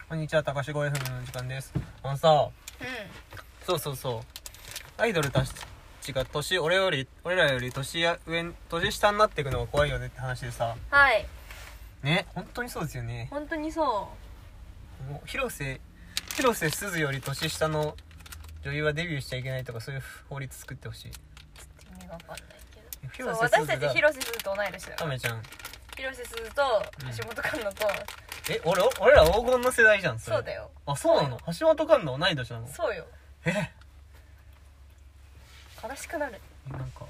こんにちは、高志 5FM の時間です。さ、そうアイドルたちが俺らより年下になっていくのが怖いよねって話でさ。 はいね、本当にそうですよね。 本当にそもう広瀬すずより年下の女優はデビューしちゃいけないとか、そういう法律作ってほしい。 う。意味わかんないけど。 広そう、私瀬すずがたち広瀬すずと同い年だよ。 カメちゃん。 広瀬すずと橋本環奈と、 俺ら黄金の世代じゃん。 そうだよ。 あ、そうなの？橋本環奈同い年なの？ そうよ。悲しくなる。 なんか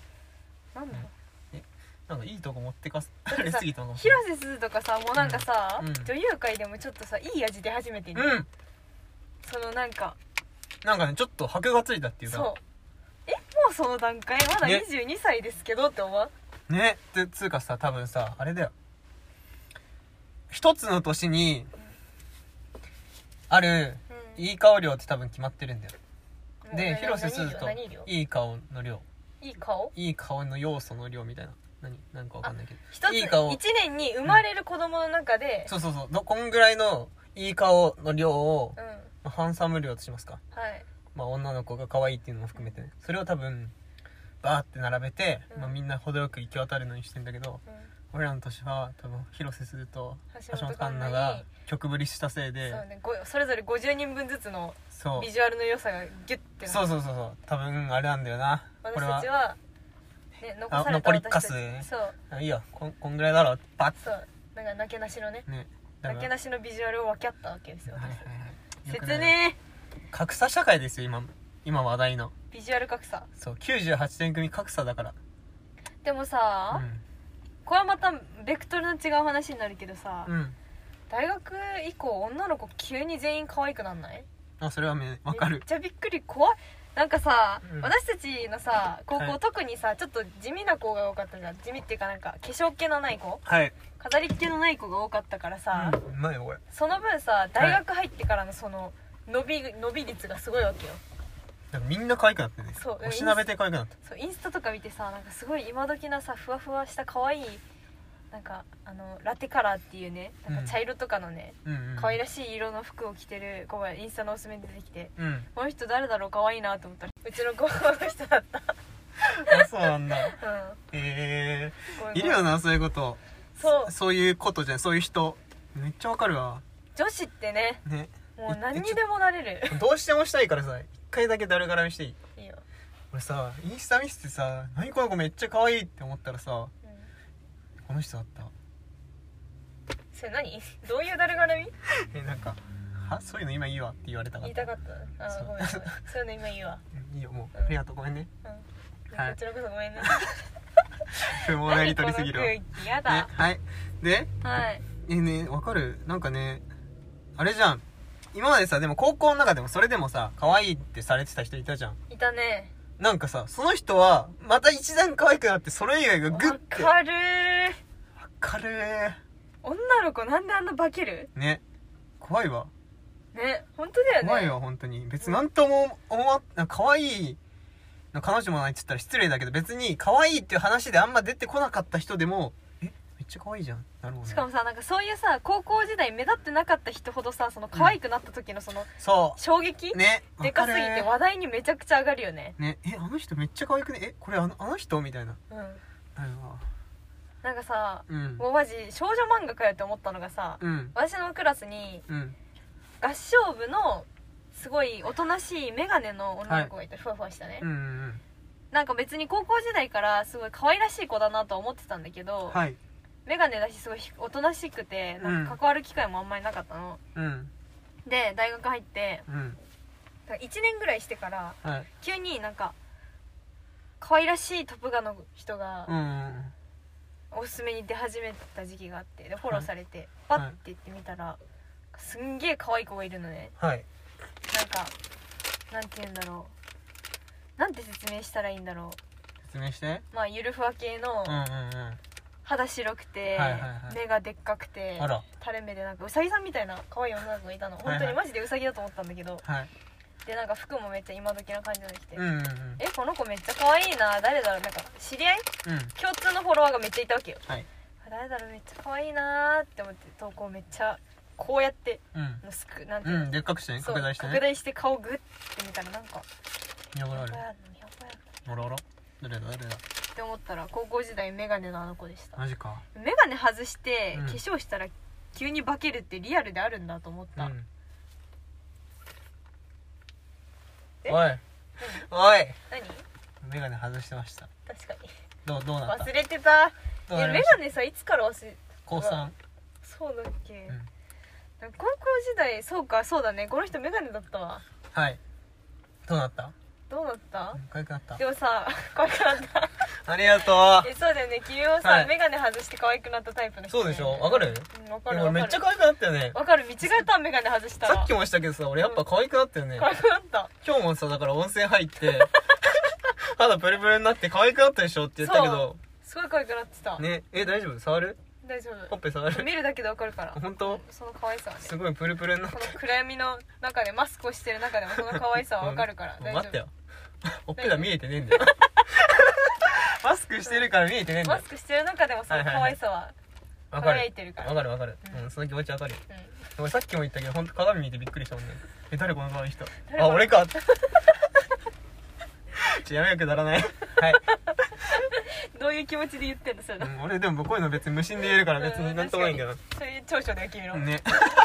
なんかいいとこ持ってかれすぎたの。 広瀬すずとかさ、もうなんかさ、 うん女優界でもちょっとさ、いい味出始めてる、そのなんかね、ちょっと箔がついたっていうか。 そう。もうその段階まだ22歳ですけどって思うね。つうかさ、多分さ、あれだよ、一つの年にあるいい顔量って多分決まってるんだよ。で、広瀬すずといい顔の量、いい顔の要素の量みたいな、何かわかんないけど、 一ついい顔、 1年に生まれる子供の中で、 そうこんぐらいのいい顔の量を、 うん、 ハンサム量としますか。 はい。 女の子が可愛いっていうのも含めてね、それを多分バーって並べて、みんな程よく行き渡るのにしてんだけど、俺らの年は多分広瀬すずと橋本環奈が曲振りしたせいで、 そうね、それぞれ50人分ずつのそうビジュアルの良さがギュッてなる。 そう多分あれなんだよな。 私たちはね、残された残りかすそういいよ、こんぐらいだろ、パッ。 そう、なんかなけなしのねなけななしのビジュアルを分け合ったわけですよ、 説明。 格差社会ですよ、今話題のビジュアル格差。 そう、98点組格差だから。 でもさ、これはまたベクトルの違う話になるけどさ、大学以降女の子急に全員可愛くなんない？ それはわかる。 めっちゃびっくり、怖い。なんかさ、 うん私たちのさ高校、 はい特にさちょっと地味な子が多かったじゃん。地味っていうか、なんか化粧気のない子、 はい飾りっ気のない子が多かったからさ、 うまいよこれ。 その分さ大学入ってからのその伸び率がすごいわけよ。 なんかみんな可愛くなってね。 そう、 おしなべて可愛くなった。 そう、インスタとか見てさ、なんかすごい今時なさふわふわした可愛い、なんかラテカラーっていうね、なんか茶色とかのね、可愛らしい色の服を着てる子がインスタのおすすめに出てきて、この人誰だろう、可愛いなと思ったらうちの高校の人だったそうなんだ。いるよな、そういうこと。そういうことじゃん、そういう人めっちゃわかるわ。 女子ってね、もう何にでもなれる。 どうしてもしたいからさ、一回だけだるがらみしていい？ いいよ。 俺さ、インスタ見せてさ、何この子めっちゃ可愛いって思ったらさ、この人だった。 それ何？どういうだるがらみ？ なんか、そういうの今いいわって言われたかった。 言いたかった。ごめんそういうの今いいわ。 いいよ、もう、ありがとう、ごめんね。 こちらこそごめんね。 不毛なやり取りすぎるわ。 やだ。 はい。で、ね、わかる？なんかね、あれじゃん、今までさ、でも高校の中でもそれでもさ、可愛いってされてた人いたじゃん。 いたね。 なんかさ、その人はまた一段可愛くなって、それ以外がグッて。 わかるー。女の子なんであんな化ける？ ね、怖いわね、本当だよね。 怖いわ、本当に。別になんとも可愛い彼女もないって言ったら失礼だけど、別に可愛いっていう話であんま出てこなかった人でも、めっちゃ可愛いじゃん、なるほどね。 しかもさ、なんかそういうさ、高校時代目立ってなかった人ほどさ、その可愛くなった時のその、衝撃ね、 でかすぎて話題にめちゃくちゃ上がるよね。 ね、あの人めっちゃ可愛くね、これあの人みたいな。 なんかさ、もうマジ少女漫画かよって思ったのがさ、私のクラスに、合唱部のすごいおとなしいメガネの女の子がいて、ふわふわしたね、なんか別に高校時代からすごい可愛らしい子だなと思ってたんだけど、メガネだしすごいおとなしくて、なんか関わる機会もあんまりなかったの、で大学入って、1年ぐらいしてから、急になんか可愛らしいトップガンの人が、おすすめに出始めた時期があって、でフォローされて、パッて言ってみたら、すんげえ可愛い子がいるのね。なんかなんて言うんだろう、なんて説明したらいいんだろう。 説明して。 まあゆるふわ系の、肌白くて、目がでっかくて、垂れ目でなんかウサギさんみたいな可愛い女の子がいたの。本当にマジでウサギだと思ったんだけど、でなんか服もめっちゃ今時な感じのできて、この子めっちゃ可愛いな、誰だろう、なんか知り合い、共通のフォロワーがめっちゃいたわけよ。誰だろう、めっちゃ可愛いなって思って投稿めっちゃこうやって、 なんていうの、でっかくしてね、拡大してね、 拡大して顔グッて見たらなんか見覚えある。あらあら、誰だって思ったら高校時代メガネのあの子でした。 マジか。 メガネ外して化粧したら急に化けるってリアルであるんだと思った。 おいおい、 何？ メガネ外してました。 確かに。 どうなった？ 忘れてた。メガネさ、いつから忘れ？ 高3。 そうだっけ、高校時代、そうだね、この人メガネだったわ。 はい。どうなった？ 可愛くなった。 でもさ、可愛くなった。 ありがとう。そうだよね、君もさ、メガネ外して可愛くなったタイプの人。 そうでしょ？わかる？ わかる。 めっちゃ可愛くなったよね。 わかる、見違えた、メガネ外したら。 さっきもしたけどさ、俺やっぱ可愛くなったよね。 可愛くなった。 今日もさ、だから温泉入って肌プルプルになって可愛くなったでしょって言ったけど、 すごい可愛くなってたね。大丈夫？触る？ 大丈夫。 ほっぺ触る？ 見るだけでわかるから。 本当？ その可愛さはね、 すごいプルプルになって、 この暗闇の中でマスクをしてる中でもその可愛さはわかるから大丈夫。 待ってよ、ほっぺが見えてねえんだよマスクしてるから見えてねえんだよ。 マスクしてる中でもその可愛さは輝いてるから。 わかる、その気持ちわかるよ。俺さっきも言ったけど、本当鏡見てびっくりしたもんね。誰この可愛い人。あ、俺かやめよくならない。はい。 どういう気持ちで言ってんのそれ？ 俺でもこういうの別に無心で言えるから別になんともないんだけど。 そういう長所だよ君の。 ね。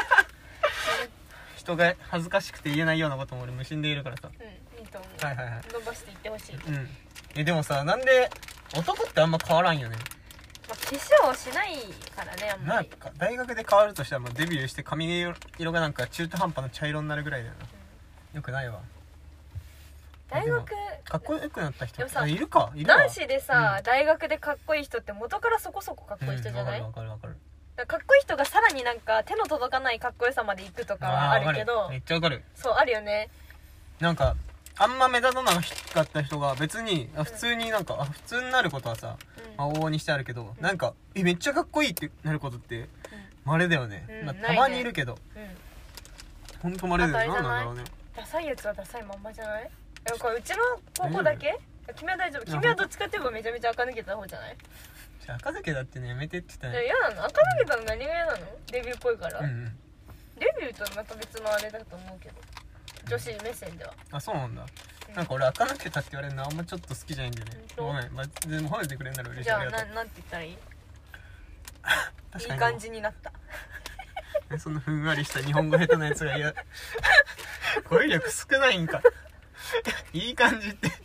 人が恥ずかしくて言えないようなことも俺無心で言えるからさ。 いいと思う。 はい。 伸ばしていってほしい。 でもさ、なんで男ってあんま変わらんよね。 化粧しないからね、あんまり。 なんか大学で変わるとしたらもうデビューして髪色がなんか中途半端な茶色になるぐらいだよな。よくないわ。 大学かっこよくなった人でもさ、 いるか。 男子でさ、大学でかっこいい人って元からそこそこかっこいい人じゃない？ わかる。 かっこいい人がさらになんか手の届かないかっこよさまでいくとかはあるけど、 めっちゃわかる。 そうあるよね。 なんかあんま目立たなかった人が別に普通になんか普通になることはさ、往々にしてあるけど、なんかめっちゃかっこいいってなることって稀だよね。たまにいるけど、ほんと稀だよ。なんだろうね。 ダサいやつはダサいまんまじゃない？これうちの高校だけ？君は大丈夫。君はどっちかっていうとめちゃめちゃ垢抜けた方じゃない？ 垢抜けだってね、やめてって言ったら。嫌なの？垢抜けたの何が嫌なの？デビューっぽいから。デビューとはまた別のあれだと思うけど、女子目線では。 あ、そうなんだ。なんか俺垢抜けたって言われるのあんまちょっと好きじゃないんだよね。ごめん、全然褒めてくれんなら嬉しい。 じゃあなんて言ったらいい？いい感じになった。 そんなふんわりした日本語下手なやつが嫌。語彙力少ないんか。いい感じって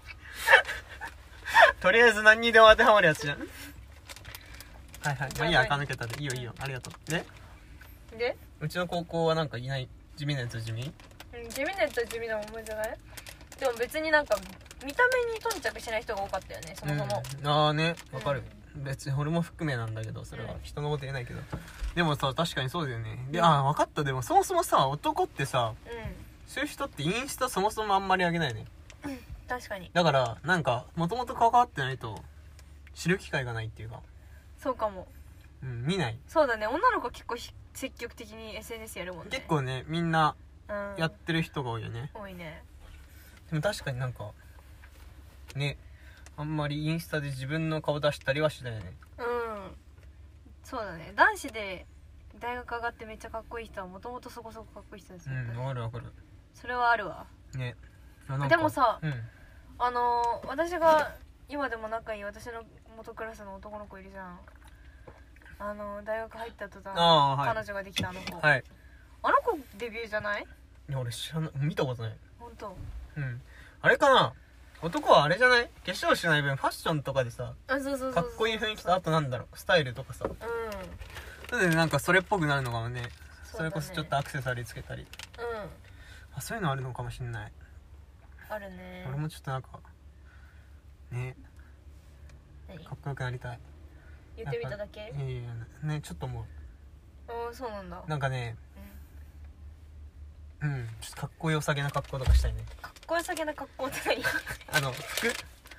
とりあえず何にでも当てはまるやつじゃん。はい。まあいいや、垢抜けたで。いいよ、ありがとう。でうちの高校はなんかいない。地味なやつ。地味なやつは地味なもんじゃない？でも別になんか見た目に頓着しない人が多かったよね、そもそも。ああね、わかる。別に俺も含めなんだけど、それは人のこと言えないけど、でもさ、確かにそうだよね。で、分かった。でもそもそもさ、男ってさ、そういう人ってインスタそもそもあんまり上げないね。 確かに。 だからなんかもともと関わってないと知る機会がないっていうか。 そうかも。 見ない。 そうだね、女の子結構積極的に SNS やるもんね。 結構ね、みんなやってる人が多いよね。 多いね。 でも確かになんかね、あんまりインスタで自分の顔出したりはしないよね。 そうだね。男子で大学上がってめっちゃかっこいい人はもともとそこそこかっこいい人ですよね。わかる。それはあるわね。でもさ、私が今でも仲いい私の元クラスの男の子いるじゃん。大学入った途端彼女ができたあの子。あの子デビューじゃない？ いや俺知らない、見たことない。 本当？ あれかな、男はあれじゃない？化粧しない分ファッションとかでさ、かっこいい雰囲気と、あとなんだろう、スタイルとかさ、それでなんかそれっぽくなるのかもね。それこそちょっとアクセサリーつけたり、そういうのあるのかもしんない。 あるね。 俺もちょっとなんかね、かっこよくなりたい。 言ってみただけ？ いやね、ちょっと思う。 そうなんだ。 なんかね、ちょっとかっこよさげな格好とかしたいね。 かっこよさげな格好って何？ 服？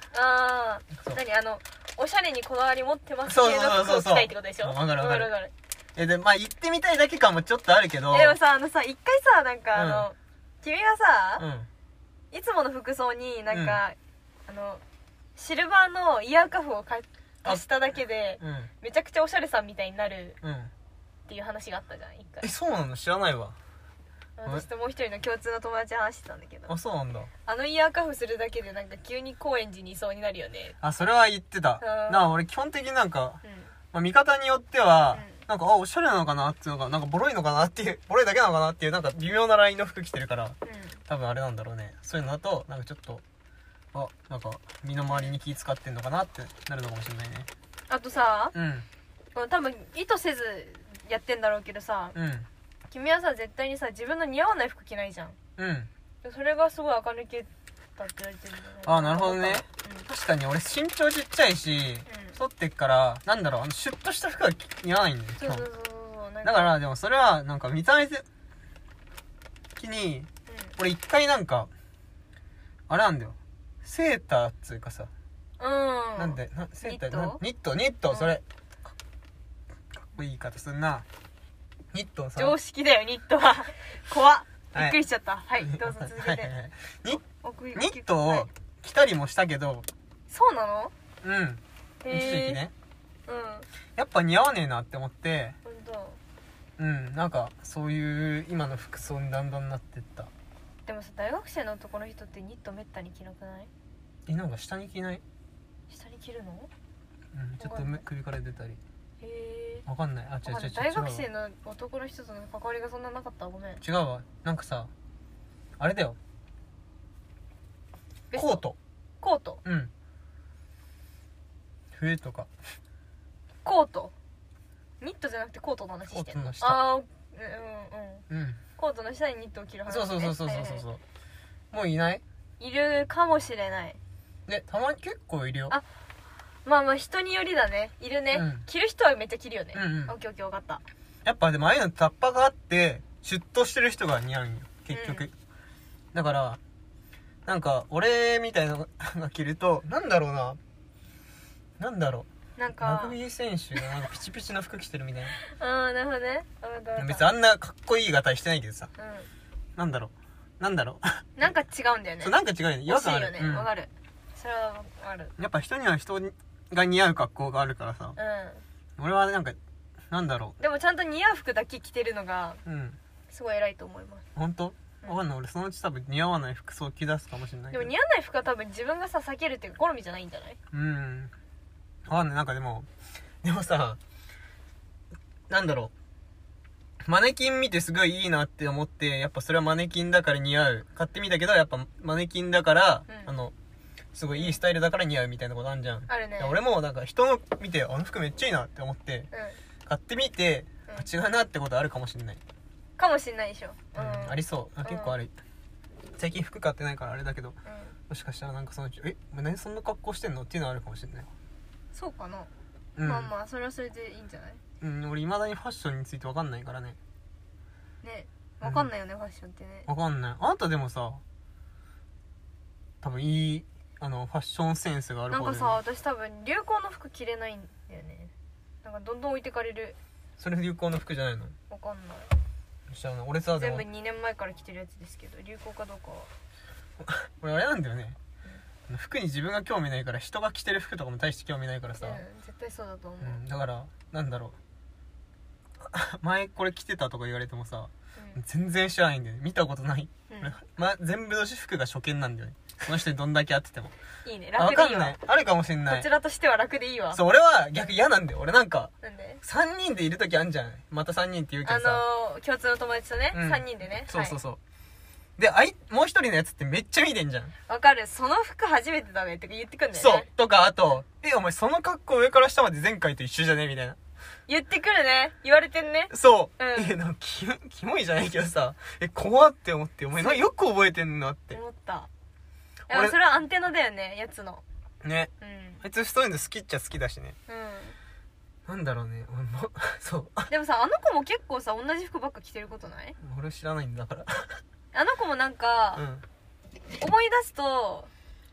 おしゃれにこだわり持ってます系の服を着たいってことでしょ？ わかる。で、まあ行ってみたいだけかもちょっとあるけど。 でもさ、一回さ、なんか君がさ、いつもの服装になんか、シルバーのイヤーカフを貸しただけで、めちゃくちゃおしゃれさんみたいになるってっていう話があったじゃん一回。 そうなの？知らないわ。 私ともう一人の共通の友達話してたんだけど。 あ、そうなんだ。 イヤーカフするだけでなんか急に高円寺にいそうになるよね。 それは言ってた。俺基本的になんか、見方によっては、なんかおしゃれなのかなっていうのが、なんかボロいのかなっていう、ボロいだけなのかなっていう、なんか微妙なラインの服着てるから、多分あれなんだろうね。そういうのだとなんかちょっとなんか身の回りに気使ってんのかなってなるのかもしれないね。 あとさ、多分意図せずやってんだろうけどさ、君はさ絶対にさ自分の似合わない服着ないじゃん。それがすごい垢抜けたって言われてるんだよね。 なるほどね。確かに俺身長ちっちゃいし、太ってっからなんだろう、シュッとした服が似合わないんだよ。そうだからでもそれはなんか見た目的に、俺一回なんかあれなんだよ、セーターっつうかさ、なんでセーターニット、それかっこいい言い方すんな。ニットをさ、 常識だよニットは。怖っ、びっくりしちゃった。はい、どうぞ続けて。 ニットを着たりもしたけど。 そうなの？ 一時期ね。やっぱ似合わねえなって思って。なんかそういう今の服装にだんだんなってった。 でもさ、大学生の男の人ってニットめったに着なくない？ なんか下に着ない？ 下に着るの？ ちょっと首から出たり。わかんない。違う。 大学生の男の人との関わりがそんななかった。ごめん。 違うわ。なんかさ、あれだよ。コート。冬とか。 コート。ニットじゃなくてコートの話してんの？ コートの下。 コートの下にニットを着る話ね。 そうもういない？ いるかもしれない。 で、たまに結構いるよ。 まあ人によりだね。いるね。着る人はめっちゃ着るよね。オッケー分かった。 やっぱでもああいうのタッパがあってシュッとしてる人が似合うんよ結局。だからなんか俺みたいなのが着るとなんだろうなんかラグビー選手がなんかピチピチの服着てるみたいな。なるほどね。 別にあんなかっこいいがたいしてないけどさ、なんだろうなんか違うんだよね。 なんか違うよね。違和感あるよね。わかる。それはある。 やっぱ人には人が似合う格好があるからさ、俺はなんかなんだろう。 でもちゃんと似合う服だけ着てるのがすごい偉いと思います。 本当？わかんない。俺そのうち多分似合わない服装着出すかもしれないけど。 でも似合わない服は多分自分がさ避けるっていうか好みじゃないんじゃない？ わかんない。なんかでもさ、なんだろう、マネキン見てすごいいいなって思って、やっぱそれはマネキンだから似合う、買ってみたけどやっぱマネキンだから、すごいいいスタイルだから似合うみたいなことあんじゃん。 あるね。 俺もなんか人の見てあの服めっちゃいいなって思って、買ってみて、違うなってことあるかもしれない。 かもしれないでしょ。 ありそう。結構ある。最近服買ってないからあれだけど、もしかしたらなんかそのうち何そんな格好してんのっていうのはあるかもしれない。 そうかな。まあそれはそれでいいんじゃない？ 俺未だにファッションについて分かんないからね。 分かんないよね、ファッションってね。 分かんない。あんたでもさ、多分いいファッションセンスがある方で、ね、 なんかさ、私多分流行の服着れないんだよね。なんかどんどん置いてかれる。 それ流行の服じゃないの？ 分かんない。 知らない。俺さ、 全部2年前から着てるやつですけど、流行かどうかは俺あれなんだよね、服に自分が興味ないから、人が着てる服とかも大して興味ないからさ、 絶対そうだと思う、 だからなんだろう前これ着てたとか言われてもさ、全然知らないんだよね。見たことない、全部の服が初見なんだよね。その人にどんだけ会っててもいいね、楽でいいわ。 分かんない。あるかもしんない。 こちらとしては楽でいいわ。 そう、俺は逆嫌なんだよ。俺なんで 3 人でいる時あんじゃん。また3人って言うけどさ、 共通の友達とね、3人でね。 そう、でもう一人のやつってめっちゃ見てんじゃん。 わかる。その服初めてだねって言ってくんだよね。 そうとか、あとお前その格好上から下まで前回と一緒じゃねみたいな言ってくるね。言われてんね。 そう、なんかキモいじゃないけどさ、怖って思って、お前よく覚えてんのって思った。それはアンテナだよね、やつのね。あいつそういうの好きっちゃ好きだしね。なんだろうね。そうでもさ、あの子も結構さ同じ服ばっか着てることない？ 俺知らないんだからあの子もなんか、思い出すと、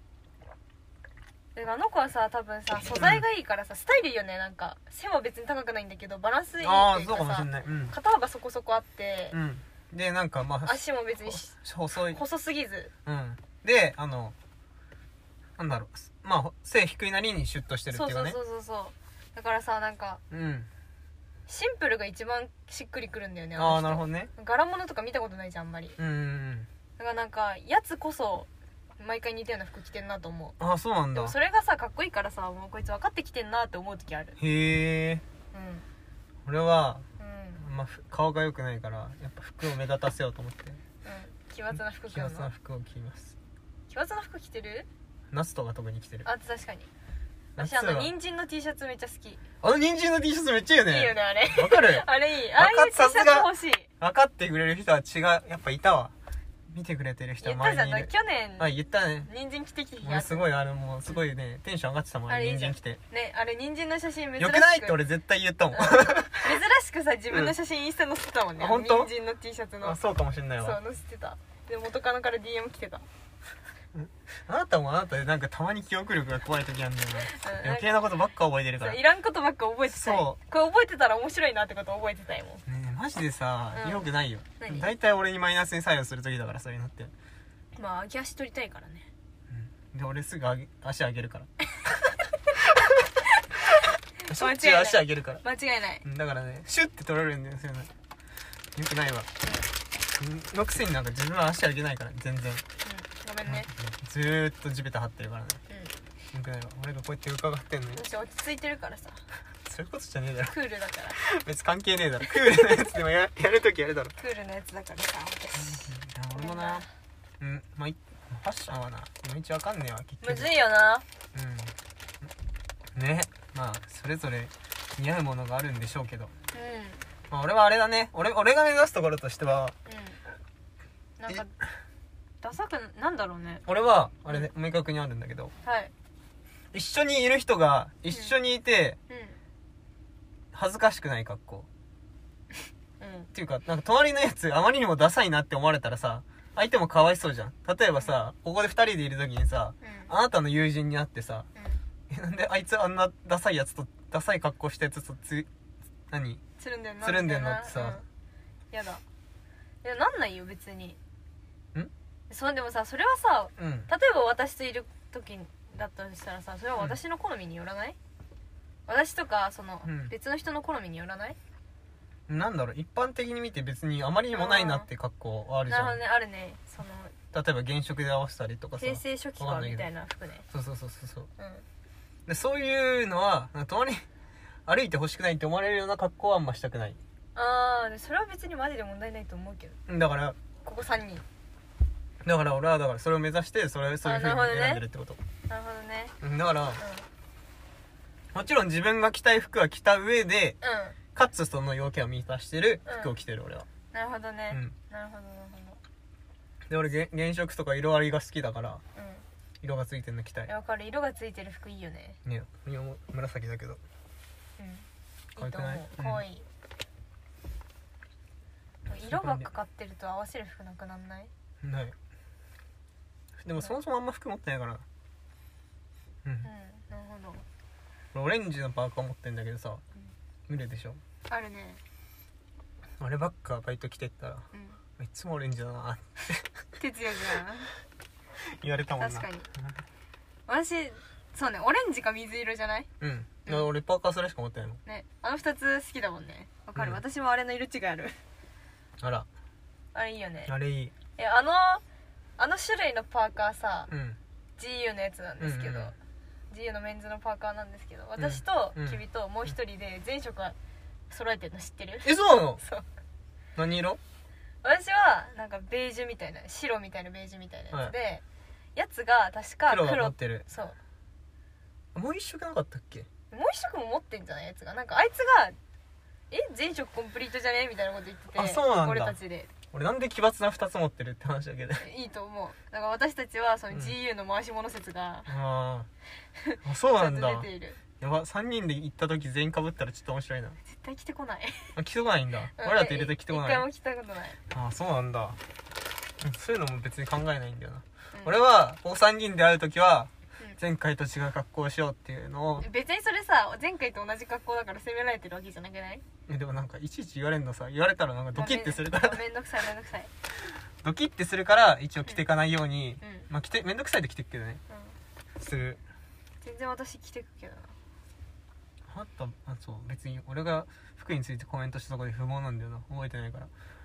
あの子はさ多分さ素材がいいからさ、スタイルいいよね。なんか背は別に高くないんだけどバランスいいっていうかさ、 そうかもしんない、 肩幅そこそこあって、 でなんか足も別に細すぎず、 でなんだろう、背低いなりにシュッとしてるっていうかね。 そうだからさ、なんか、 シンプルが一番しっくりくるんだよね。 ああなるほどね。 柄物とか見たことないじゃんあんまり。だからなんかやつこそ毎回似たような服着てんなと思う。 ああそうなんだ。 でもそれがさかっこいいからさ、もうこいつ分かってきてんなって思う時ある。 へえ。俺は、まあ、顔が良くないからやっぱ服を目立たせようと思って、 奇抜な服着るの。 奇抜な服を着ます。 奇抜な服着てる？ 夏とか特に着てる。 あ確かに。私人参の T シャツめっちゃ好き。 人参の T シャツめっちゃいいよね。 いいよねあれ。 わかる。 あれいい。ああいう T シャツ欲しい。 分かってくれる人は違う、やっぱいたわ。見てくれてる人は周りにいる。言ったじゃん去年。 あ言ったね。 人参着てきて俺すごいもうすごいね、テンション上がってたもん。人参着てね。あれ人参の写真珍しくよくないって俺絶対言ったもん。 珍しくさ自分の写真インスタ載せてたもんね。 本当？ 人参の T シャツの。 あそうかもしれないわ。 そう載せてた。で元カノから DM 来てた。 あなたもあなたでなんかたまに記憶力が怖い時あるんだよな。余計なことばっか覚えてるから。 いらんことばっか覚えてた。そうこれ覚えてたら面白いなってこと覚えてたよ。もうねえマジでさ、よくないよ。大体俺にマイナスに作用する時だからそういうのって。 まあ上げ足取りたいからね。 で俺すぐ足上げるからしょっちゅう足上げるから。 間違いない。 だからねシュッて取られるんだよ。そういうのよくないわ。のくせになんか自分は足上げないから全然。 ごめんね。 ずーっと地べた張ってるからね。よくないわ。俺がこうやって伺ってんのよ。 私落ち着いてるからさ。 そういうことじゃねえだろ。 クールだから。 別に関係ねえだろ。クールなやつでもやるときやるだろ。 クールなやつだからさ。 俺もな。まあファッションはないまいちわかんねえわ結局。 むずいよな。 ね。まあそれぞれ似合うものがあるんでしょうけど。まあ俺はあれだね。俺が目指すところとしては。 なんかダサくなんだろうね。 俺はあれね明確にあるんだけど。一緒にいる人が一緒にいて恥ずかしくない格好。っていうかなんか隣のやつあまりにもダサいなって思われたらさ。相手もかわいそうじゃん。例えばさ、ここで2人でいる時にさ、あなたの友人に会ってさ、なんであいつあんなダサいやつとダサい格好したやつとつるんでんのってさ、 やだ。なんないよ別に。でもさそれはさ、例えば私といる時だったとしたらさ、それは私の好みによらない？私とかその別の人の好みによらない？ なんだろう、一般的に見て別にあまりにもないなって格好あるじゃん。 なるほどね、あるね。その例えば原色で合わせたりとかさ、 平成初期かみたいな服ね。 そう、でそういうのは隣歩いてほしくないって思われるような格好はあんましたくない。 それは別にマジで問題ないと思うけど。 だからここ3人だから俺はそれを目指してそういう風に選んでるってこと。 なるほどね。 だから、もちろん自分が着たい服は着た上で、かつその要件を満たしてる服を着てる俺は。 なるほどね。なるほど。 で俺原色とか色ありが好きだから、色がついてるの着たい。 わかる。色がついてる服いいよね。 ね、紫だけど。 可愛くない？可愛い。色がかかってると合わせる服なくなんない？ ない。でもそもそもあんま服持ってないから。 なるほど。 オレンジのパーカー持ってんだけどさ、見るでしょ。 あるね。 あればっかバイト来てったら、いつもオレンジだな哲也じゃん言われたもんな。 確かに。私そうね、オレンジか水色じゃない？ 俺パーカーそれしか持ってないもんね。あの2つ好きだもんね。わかる。私もあれの色違いある。 あら、 あれいいよね。 あれいい。 あの種類のパーカーさ、GU のやつなんですけど、GU のメンズのパーカーなんですけど、私と君ともう一人で全色揃えてるの知ってる？ そうなの？ そう。 何色？ 私はなんかベージュみたいな、白みたいなベージュみたいなやつで、やつが確か黒が持ってる。 そう。 もう一色なかったっけ？ もう一色も持ってんじゃないやつが。なんかあいつが全色コンプリートじゃねみたいなこと言ってて。 そうなんだ。 俺たちで。 俺なんで奇抜な2つ持ってるって話だけどいいと思う。だから私たちはその GU の回し物説が、 そうなんだ。 出ている。 やば、3人で行った時全員被ったらちょっと面白いな。 絶対着てこない。 着てこないんだ。俺らと入れて着てこない。 一回も着たことない。 そうなんだ。そういうのも別に考えないんだよな。俺は3人で会う時は前回と違う格好をしようっていうのを。 別にそれさ、前回と同じ格好だから責められてるわけじゃなくない？ でもなんかいちいち言われるのさ、言われたらなんかドキッてするからめんどくさいドキッてするから一応着ていかないように、まあめんどくさいで着てくけどね、する。 全然私着てくけどな。 そう別に俺が服についてコメントしたところで不毛なんだよな、覚えてないから。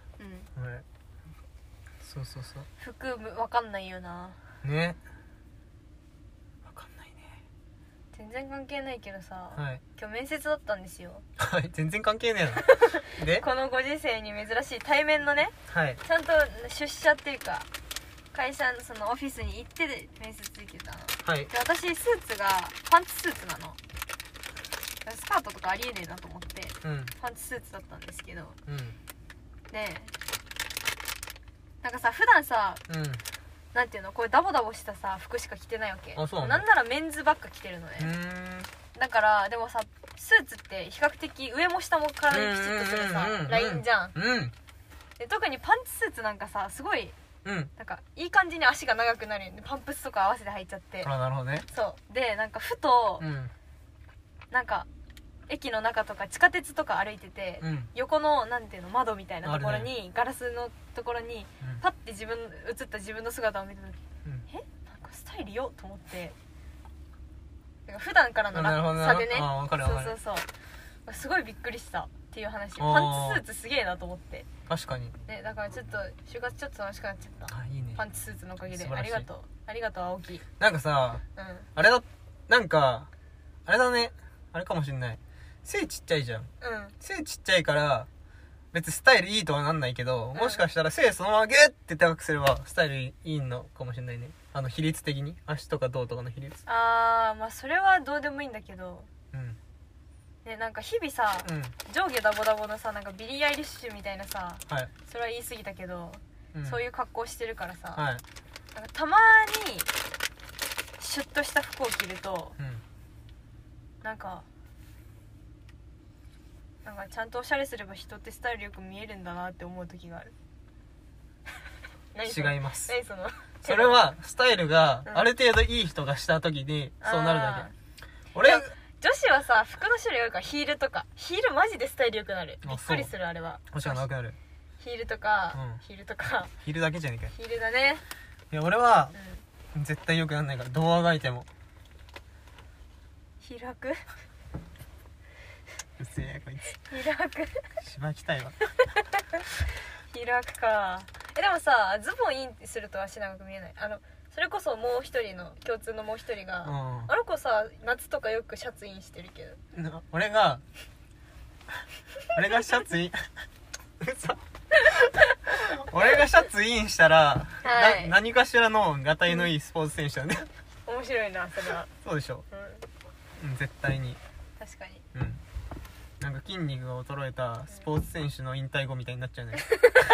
そう服わかんないよなね、わかんないね。 全然関係ないけどさ、 はい、 今日面接だったんですよ。 はい、全然関係ねえなでこのご時世に珍しい対面のね、 はい、 ちゃんと出社っていうか会社のそのオフィスに行ってで面接受けたの。 はい、 で私スーツがパンツスーツなの。スカートとかありえねえなと思って、パンツスーツだったんですけど、でなんかさ普段さ、なんていうの、こういうダボダボしたさ服しか着てないわけ。なんならメンズばっか着てるのね。だからでもさスーツって比較的上も下も体にきちっとするさラインじゃん。で特にパンツスーツなんかさすごいなんかいい感じに足が長くなるよね。パンプスとか合わせて履いちゃって。 なるほどね。 そうでなんかふと、なんか駅の中とか地下鉄とか歩いてて、横のなんていうの窓みたいなところに、ガラスのところに、パッて映った自分の姿を見た時、なんかスタイルよと思って、普段からの差でね、そうすごいびっくりしたっていう話。パンツスーツすげえなと思って。 確かにね、だからちょっと就活ちょっと楽しくなっちゃった。いいね、パンツスーツのおかげで。ありがとう青木。 なんかさ、あれだ、なんかあれだね、あれかもしんない、背ちっちゃいじゃん。背ちっちゃいから別にスタイルいいとはなんないけど、もしかしたら背そのままギュッて高くすればスタイルいいのかもしれないね。比率的に足とか胴とかの比率。 まあそれはどうでもいいんだけど、ね、なんか日々さ、上下ダボダボのさ、なんかビリー・アイリッシュみたいなさ、それは言い過ぎたけど、そういう格好してるからさ、なんかたまにシュッとした服を着ると、なんかちゃんとおしゃれすれば人ってスタイルよく見えるんだなって思う時がある。 違います。 何そのそれはスタイルがある程度いい人がした時にそうなるだけ。俺女子はさ服の種類多いから、ヒールとか、ヒールマジでスタイル良くなる。びっくりする。あれはもちろんなくなる。 ヒールとか、ヒールだけじゃねえかよ。ヒールだね。 いや俺は、絶対良くなんないから、どうあがいてもヒール履く。 うっせえこいつ。 ヒール履く。 しばきたいわ。 ヒール履くか。でもさズボンインすると足長く見えない。それこそもう一人の共通のもう一人が、あの子さ夏とかよくシャツインしてるけど、 俺がシャツイン俺がシャツインしたら、何かしらのがたいのいいスポーツ選手だね。 面白いなそれは。 そうでしょ。絶対に。 確かに。 なんか筋肉が衰えたスポーツ選手の引退後みたいになっちゃうね。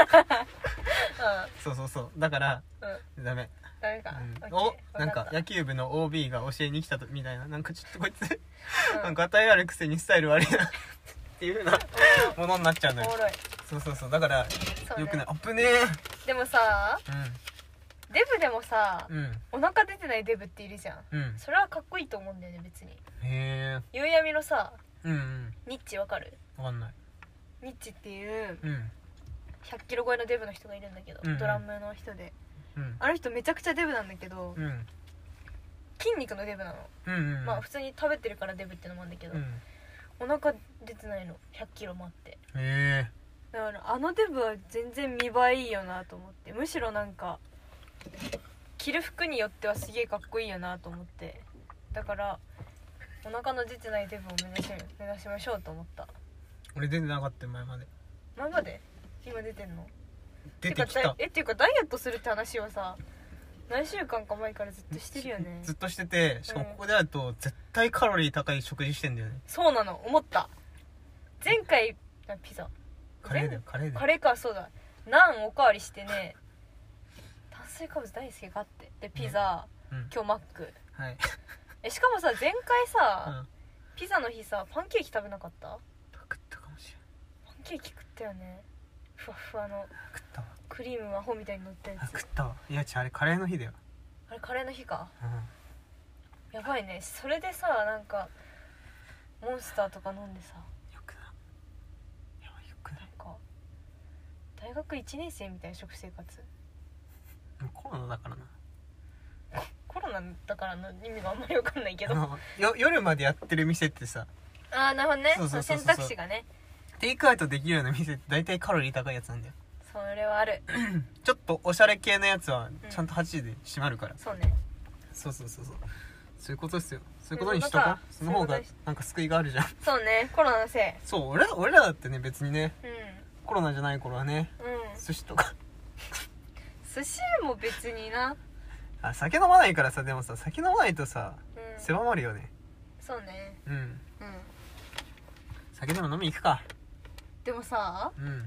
そうだからダメか。なんか野球部の OB が教えに来たみたいな、なんかちょっとこいつなんか値あるくせにスタイル悪いなっていう風なものになっちゃうのよ。そうだからよくない。あぶねえ。 でもさ、デブでもさ、お腹出てないデブっているじゃん。それはかっこいいと思うんだよね別に。夕闇のさ、ニッチわかる？ わかんない。 ニッチっていう100キロ超えのデブの人がいるんだけど、ドラムの人で、あの人めちゃくちゃデブなんだけど、筋肉のデブなの。まあ普通に食べてるからデブってのもあるんだけど、お腹出てないの。100キロもあって。だからあのデブは全然見栄えいいよなと思って、むしろなんか着る服によってはすげえかっこいいよなと思って、だからお腹の出てないデブを目指しましょうと思った。 俺出てなかったよ前まで。 今出てんの？ 出てきた。 っていうかダイエットするって話はさ何週間か前からずっとしてるよね。 ずっとしてて、しかもここで会うと絶対カロリー高い食事してんだよね。 そうなの、思った。前回ピザカレーカレーか。そうだ、ナンおかわりしてね、炭水化物大好きがあって、でピザ、今日マック、しかもさ前回さ、ピザの日さパンケーキ食べなかった？ 食ったかもしれない。 パンケーキ食ったよね。ふわふわの食ったわ。 クリームアホみたいに乗ったやつ。 食ったわ。いやあれカレーの日だよ。 あれカレーの日か。やばいね。それでさなんかモンスターとか飲んでさ、 よくない。 なんか大学1年生みたいな食生活。 コロナだからな。 コロナだからの意味があんまり分かんないけど、 夜までやってる店ってさ、 ああなるほどね。 そうそうそうそう選択肢がね。 テイクアウトできるような店って大体カロリー高いやつなんだよ。 それはある。 ちょっとおしゃれ系のやつはちゃんと8時で閉まるから、 そうね。 そういうことですよ。そういうことにしとこう。その方がなんか救いがあるじゃん。 そうね、コロナのせい。 そう、俺らだってね、別にね、 うコロナじゃない頃はね、 ん寿司とか寿司も別にな。 酒飲まないからさ。でもさ、酒飲まないとさ、 うん狭まるよね。 そうね。 うんうん酒でも飲み行くか。 でもさ、 うん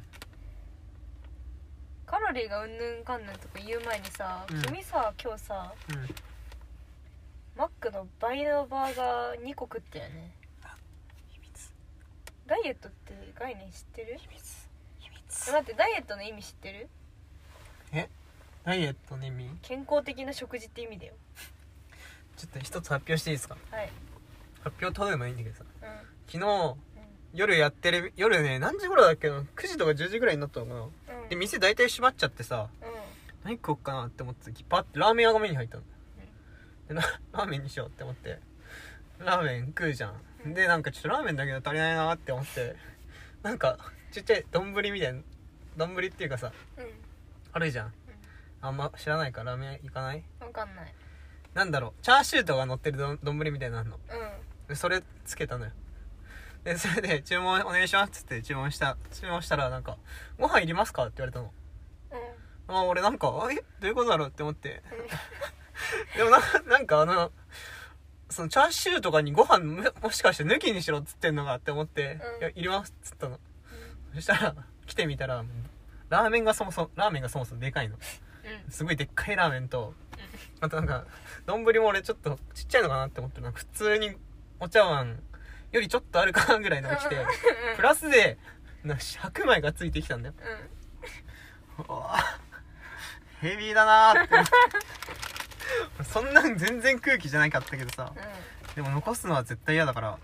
カロリーがうんぬんかんぬんとか言う前にさ、君さ今日さマックの倍のバーガー2個食ったよね。 秘密ダイエットって概念知ってる？ 秘密待って、ダイエットの意味知ってる？ ダイエットの意味？ 健康的な食事って意味だよ。 ちょっと一つ発表していいですか？ はい。 発表とでもいいんだけどさ、 うん昨日夜やってる、夜ね、何時頃だっけな、9時とか10時ぐらいになったのかな、 うんで店大体閉まっちゃってさ、何食おっかなって思ってパッてラーメン屋が目に入ったの、でラーメンにしようって思ってラーメン食うじゃん、でなんかちょっとラーメンだけど足りないなって思って、なんかちっちゃい丼みたいな、丼っていうかさ、あるじゃん、あんま知らないからラーメン行かない？ 分かんない。 なんだろう、チャーシューとか乗ってる丼みたいなのあんの、 うんでそれつけたのよ。でそれで注文お願いしますっつって注文したら、なんかご飯いりますかって言われたの。俺なんかどういうことだろうって思ってでもなんかそのチャーシューとかにご飯もしかして抜きにしろっつってんのかって思って、いやいりますっつったの、そしたら来てみたらラーメンがそもそもでかいの、すごいでっかいラーメンと、あとなんか丼も俺ちょっとちっちゃいのかなって思って、なんか普通にお茶碗よりちょっとあるかなぐらいのが来て、プラスで白米がついてきたんだよ。うわヘビーだなーってそんなん全然空気じゃないかったけどさ、でも残すのは絶対嫌だから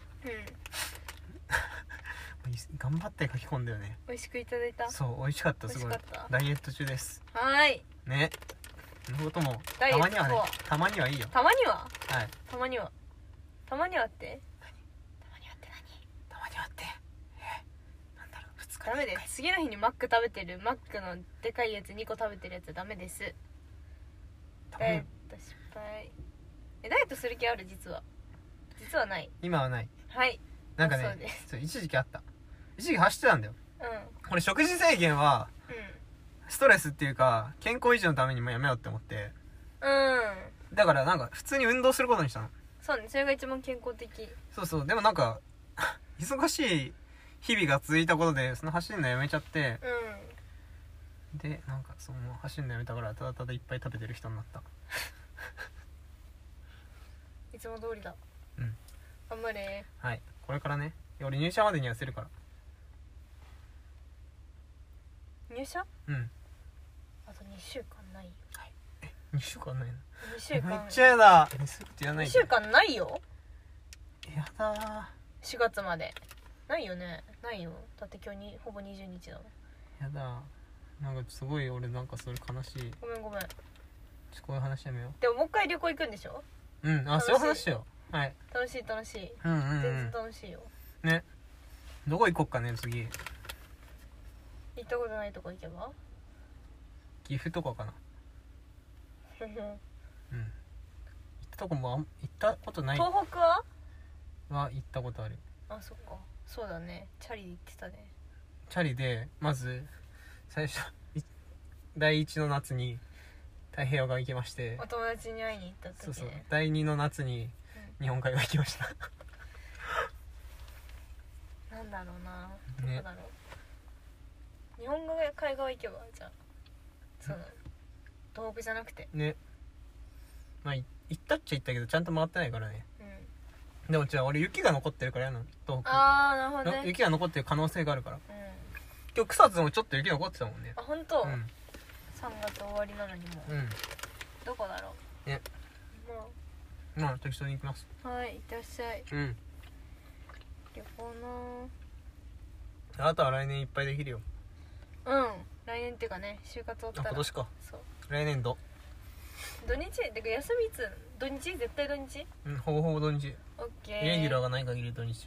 頑張って書き込んだよね。 美味しくいただいた。 そう美味しかった。すごいダイエット中です。 はいね、そのこともダイエットたまにはね、たまにはいいよ。 たまにははい、 たまにはってたまにはってなんだろう、2日ダメです。次の日にマック食べてる、マックのでかいやつ2個食べてるやつはダメです。ダイエット失敗。ダイエットする気ある？実はない。 今はない。 はい。 なんかね、一時期あった。一時期走ってたんだよ。これ食事制限はストレスっていうか健康維持のためにもやめようって思って、だからなんか普通に運動することにしたの。 そうね、それが一番健康的。 そうでもなんか忙しい日々が続いたことでその走るのやめちゃって、でなんかその走るのやめたからただただいっぱい食べてる人になったいつも通りだ。頑張れ。 はい、これからね、俺入社までにはするから。 入社？ あと2週間ないよ。 2週間ないの？ 2週間めっちゃやだ。2 週間ないよ。 やだ 4月までないよね。ないよ。だって今日にほぼ20日だもん。 やだ、なんかすごい俺なんかそれ悲しい。 ごめんこういう話やめよう。でももう一回旅行行くんでしょ？ そういう話しよう。はい、 楽しい全然楽しいよね。どこ行こっかね次。 行ったことないとこ行けば？ 岐阜とかかな行ったとこも行ったことない。 東北は行ったことある。 あ、そっか。そうだね、チャリで行ってたね。 チャリでまず最初第1の夏に太平洋側行きまして、 お友達に会いに行った時ね。 第2の夏に日本海側行きましたなんだろうな、どこだろう、日本海側行けばじゃあそうだ、東北じゃなくてね。まあ行ったっちゃ行ったけどちゃんと回ってないからね。でも俺雪が残ってるからやな、東北。 なるほどね。 雪が残ってる可能性があるから。今日草津もちょっと雪残ってたもんね。 あ、本当。3月終わりなのにも。どこだろうね。まあ適当に行きます。 はい、いってらっしゃい。旅行なあとは来年いっぱいできるよ。 来年っていうかね、就活終わったら。 今年か。 そう、 来年度土日てか休みいつ？土日？絶対土日？ ほぼほぼ土日。 オッケー。 イレギュラーがない限り土日。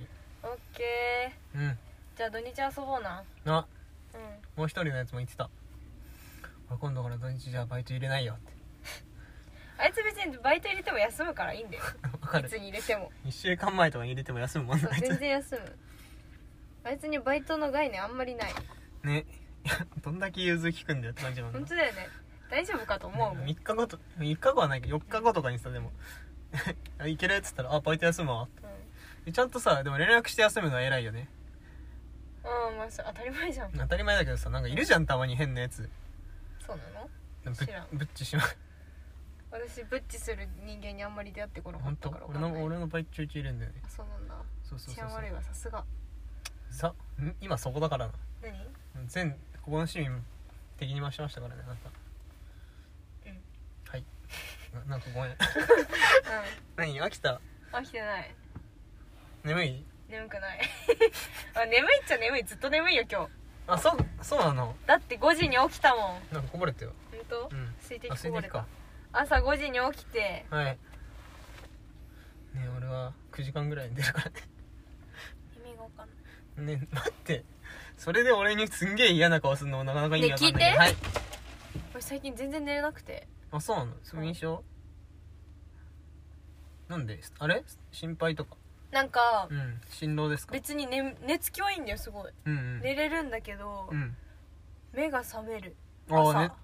オッケー。 うん。 じゃあ土日遊ぼうな。 あ、 うん。 もう一人のやつも言ってた。今度から土日じゃバイト入れないよってあいつ別にバイト入れても休むからいいんだよ。 わかる。 いつに入れても 1週間前とかに入れても休むもんね。 全然休む。あいつにバイトの概念あんまりないね。いや、どんだけ融通聞くんだよって感じもんな。 本当だよね。大丈夫かと思うもん。 3日後はないけど4日後とかにさ、でもいけるっつったら、あ、バイト休むわ、ちゃんとさ、でも連絡して休むのは偉いよね。 うん、まあ当たり前じゃん。 当たり前だけどさ、なんかいるじゃん、たまに変なやつ。 そうなの？知らん。 ぶっちしまう。 私ブッチする人間にあんまり出会ってこなかったから分かんない。 俺のバイト中いるんだよね。 そうなんだ。 そう治安悪いわ、さすが。 今そこだからな。 何？ ここの市民敵に回しましたからね、あなた。 うん。 はい。なんかごめん。 うん。 何、飽きた？ 飽きてない。 眠い？ 眠くない。あ、眠いっちゃ眠い。ずっと眠いよ今日。 あ、そうなの？ だって5時に起きたもん。 なんかこぼれたよ。 本当？ うん。 水滴こぼれた。 か。 朝5時に起きて。 はい。ね、俺は9時間ぐらいに出るからね。 意味がわかんない。 ね、待って。それで俺にすんげえ嫌な顔するのもなかなか意味わかんない。 ね、聞いて。 はい。 俺最近全然寝れなくて。 あ、そうなの？そういう印象？なんで？あれ？心配とか？ なんか、 うん、心労ですか？ 別に、寝つきはいいんだよ、すごい。 うんうん、 寝れるんだけど、 うん、 目が覚める。 あ、ね、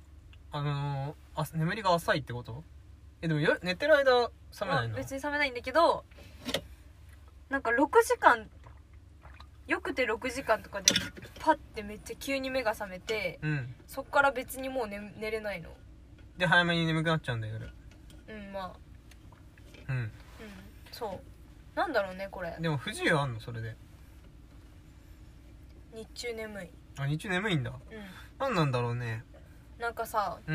眠りが浅いってこと？でも寝てる間覚めないの？ 別に覚めないんだけど、なんか6時間、よくて6時間とかでパッてめっちゃ急に目が覚めて、 うん、 そっから別にもう、寝れないので早めに眠くなっちゃうんだよ夜。 まうあうん、そうなんだろうねこれ。 でも不自由あんのそれで？ 日中眠い。 あ、日中眠いんだ。なんなんだろうね。 なんかさ、 うん、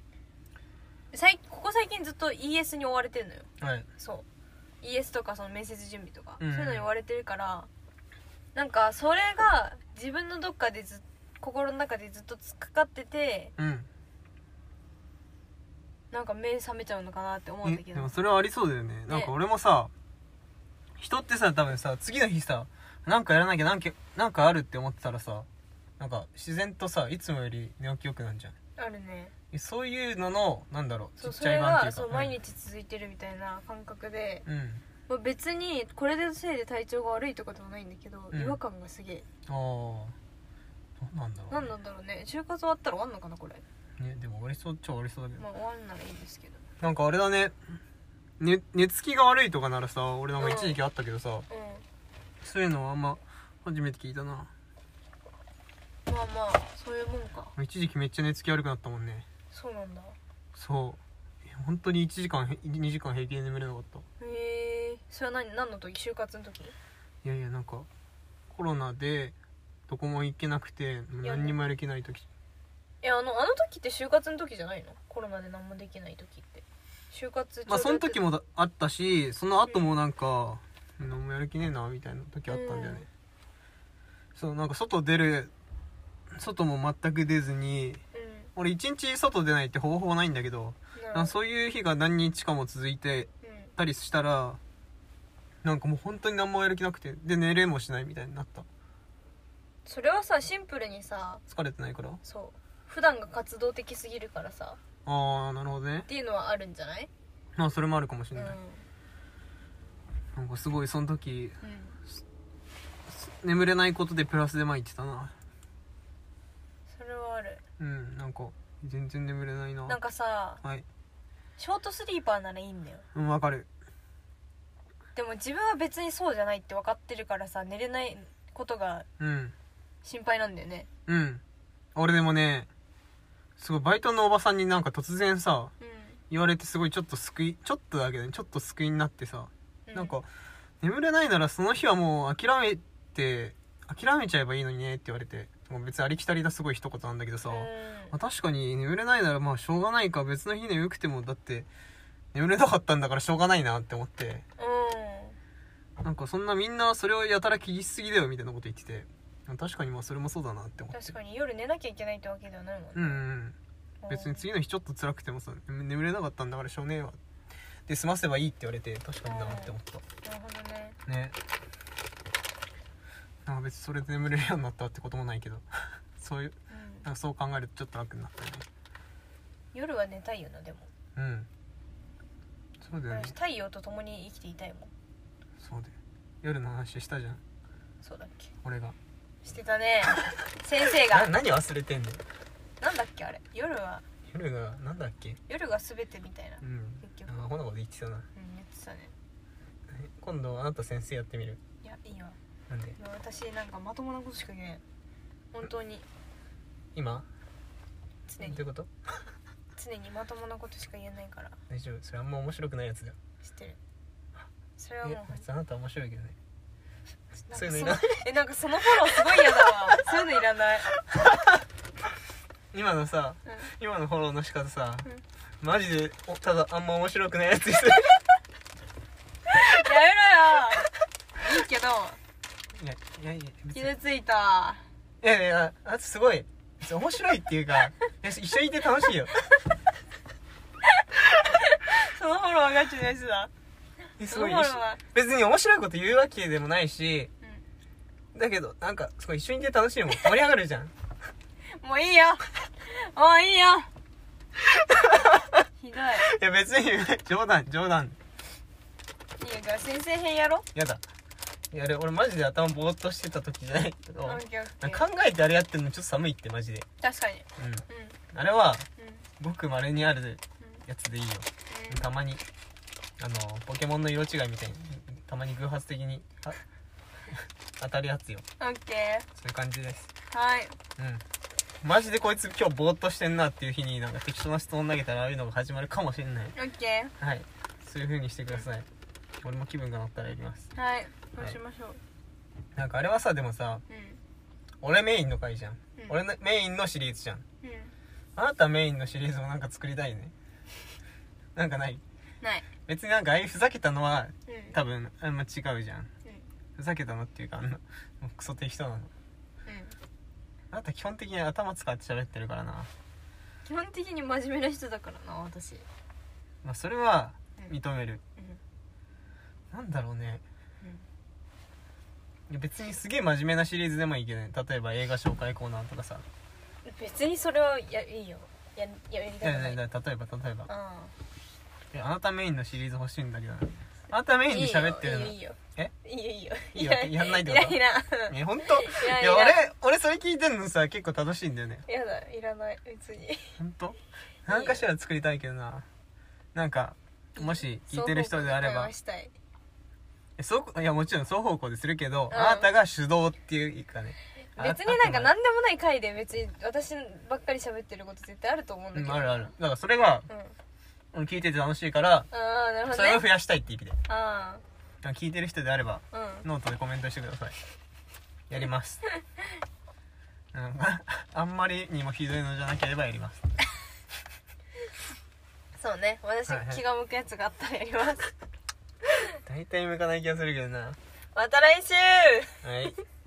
ここ最近ずっと ES に追われてんのよ。 はい。 そう ES とかその面接準備とか、 うんうん、 そういうのに追われてるから、なんかそれが自分のどっかで心の中でずっと突っかかってて、 うん、 なんか目覚めちゃうのかなって思うんだけど。 でもそれはありそうだよね。なんか俺もさ、人ってさ多分さ次の日さなんかやらなきゃなんかあるって思ってたらさ、なんか自然とさいつもより寝起きよくなんじゃん。 あるね。 そういうののなんだろう、ちっそちゃい版っていうか、 それが毎日続いてるみたいな感覚で、 うん、 まあ、別にこれでせいで体調が悪いとかでもないんだけど、違和感がすげえ。 ああ、どうなんだろう、 何なんだろうね。就活終わったら終わんのかなこれね。でも終わりそう、超終わりそうだけど、 まあ終わんならいいんですけど。 なんかあれだね、寝つきが悪いとかならさ、俺なんか一時期あったけどさ、そういうのはあんま初めて聞いたな。 まあまあそういうもんか。 一時期めっちゃ寝つき悪くなったもんね。 そうなんだ。 そう本当に1時間2時間平気で眠れなかった。 へえ。それは何の時？就活の時？ いやなんかコロナでどこも行けなくて何にもやる気ない時。 あの時って就活の時じゃないの？コロナで何もできない時って就活。 まあその時もあったし、その後もなんか、何もやる気ねえなみたいな時あったんだよね。そうなんか外も全く出ずに、俺1日外出ないってほぼほぼないんだけど、そういう日が何日かも続いてたりしたら、なんかもう本当に何もやる気なくて、で寝れもしないみたいになった。 それはさシンプルにさ疲れてないから。 そう普段が活動的すぎるからさ。 ああなるほどね。 っていうのはあるんじゃない？ まあそれもあるかもしれない、なんかすごいその時、眠れないことでプラスで言ってたな。 それはある。 なんか全然眠れないな。 なんかさ、 はい、 ショートスリーパーならいいんだよ。 わかる。 でも自分は別にそうじゃないって分かってるからさ、寝れないことが心配なんだよね。 俺でもね、すごいバイトのおばさんになんか突然さ、言われて、すごいちょっとだけどね、ちょっと救いになってさ、なんか眠れないならその日はもう諦めちゃえばいいのにねって言われて、もう別にありきたりなすごい一言なんだけどさ、確かに眠れないならまあしょうがないか、別の日でよくてもだって眠れなかったんだからしょうがないなって思って、なんかそんなみんなそれをやたら気にしすぎだよみたいなこと言ってて、確かにまあそれもそうだなって思って。 確かに夜寝なきゃいけないってわけではないもんね。 別に次の日ちょっと辛くてもさ、眠れなかったんだからしょうねえわで済ませばいいって言われて、確かになって思った。 なるほどね。 なんか別にそれで眠れるようになったってこともないけどそういう、なんかそう考えるとちょっと楽になったよね。 夜は寝たいよな。でもそうだよね。 太陽と共に生きていたいもん。 そうだよ。夜の話したじゃん。 そうだっけ。 俺がしてたね先生が何忘れてんねん。 なんだっけあれ。夜がなんだっけ。 夜が全てみたいな。 結局こんなこと言ってたな。 言ってたね。 今度あなた先生やってみる。 いやいいよ。 なんで。 私なんかまともなことしか言えない本当に。 今常にどういうこと。 常にまともなことしか言えないから。 大丈夫。それあんま面白くないやつだよ。 知ってる。それはもうあなた面白いけどね。 そういうのいらない。なんかそのフォローすごい嫌だわそういうのいらない今のさ、今のフォローの仕方さ、マジでただあんま面白くないやつですやめろよいいけどいや傷ついた。 いやあとすごい面白いっていうか一緒にいて楽しいよそのフォローはガチのやつだ。 すごい別に面白いこと言うわけでもないし、だけどなんかすごい一緒にいて楽しいもん。盛り上がるじゃんもういいよもういいよひどい。 いや別に冗談いいよ。じゃあ先生編やろ。 やだ。いや俺マジで頭ぼーっとしてた時じゃないけど、 オッケーオッケー。 考えてあれやってるのちょっと寒いってマジで。 確かに。 あれはごく稀にあるやつでいいよ。たまにポケモンの色違いみたいにたまに偶発的に当たるやつよ。 オッケー。 そういう感じです。 はい。 マジでこいつ今日ぼーっとしてんなっていう日になんか適当な質問投げたらああいうのが始まるかもしれない。 オッケー。はい。そういう風にしてください。俺も気分が乗ったらやります。 はい。そうしましょう。 なんかあれはさ、でもさ、俺メインの回じゃん。俺のメインのシリーズじゃん。あなたメインのシリーズもなんか作りたいね。なんかない？ ない。 別になんかああいうふざけたのは、多分あんま違うじゃん。ふざけたのっていうかもうクソ適当なの。あなた基本的に頭使って喋ってるからな。 基本的に真面目な人だからな私。 まあそれは認める。なんだろうね。いや別にすげえ真面目なシリーズでもいいけどね。例えば映画紹介コーナーとかさ。 別にそれはいいよ。やりたくない。 例えばあなたメインのシリーズ欲しいんだけど、あなたメインで喋ってるの。 いいよやんないってこと？ いら本当？いや俺それ聞いてんのさ結構楽しいんだよね。 やだ、いらない別に。 本当？何かしら作りたいけどな。なんかもし聞いてる人であれば、いやもちろん双方向でするけど、あなたが主導っていうかね。 別になんか何でもない回で別に私ばっかり喋ってること絶対あると思うんだけど。 ある。だからそれが聞いてて楽しいから、 なるほどね。 それを増やしたいって意味で。聞いてる人であれば、ノートでコメントしてください。やります。あんまりにもひどいのじゃなければやります。 そうね、私気が向くやつがあったらやります。 大体向かない気がするけどな。 また来週。 はい。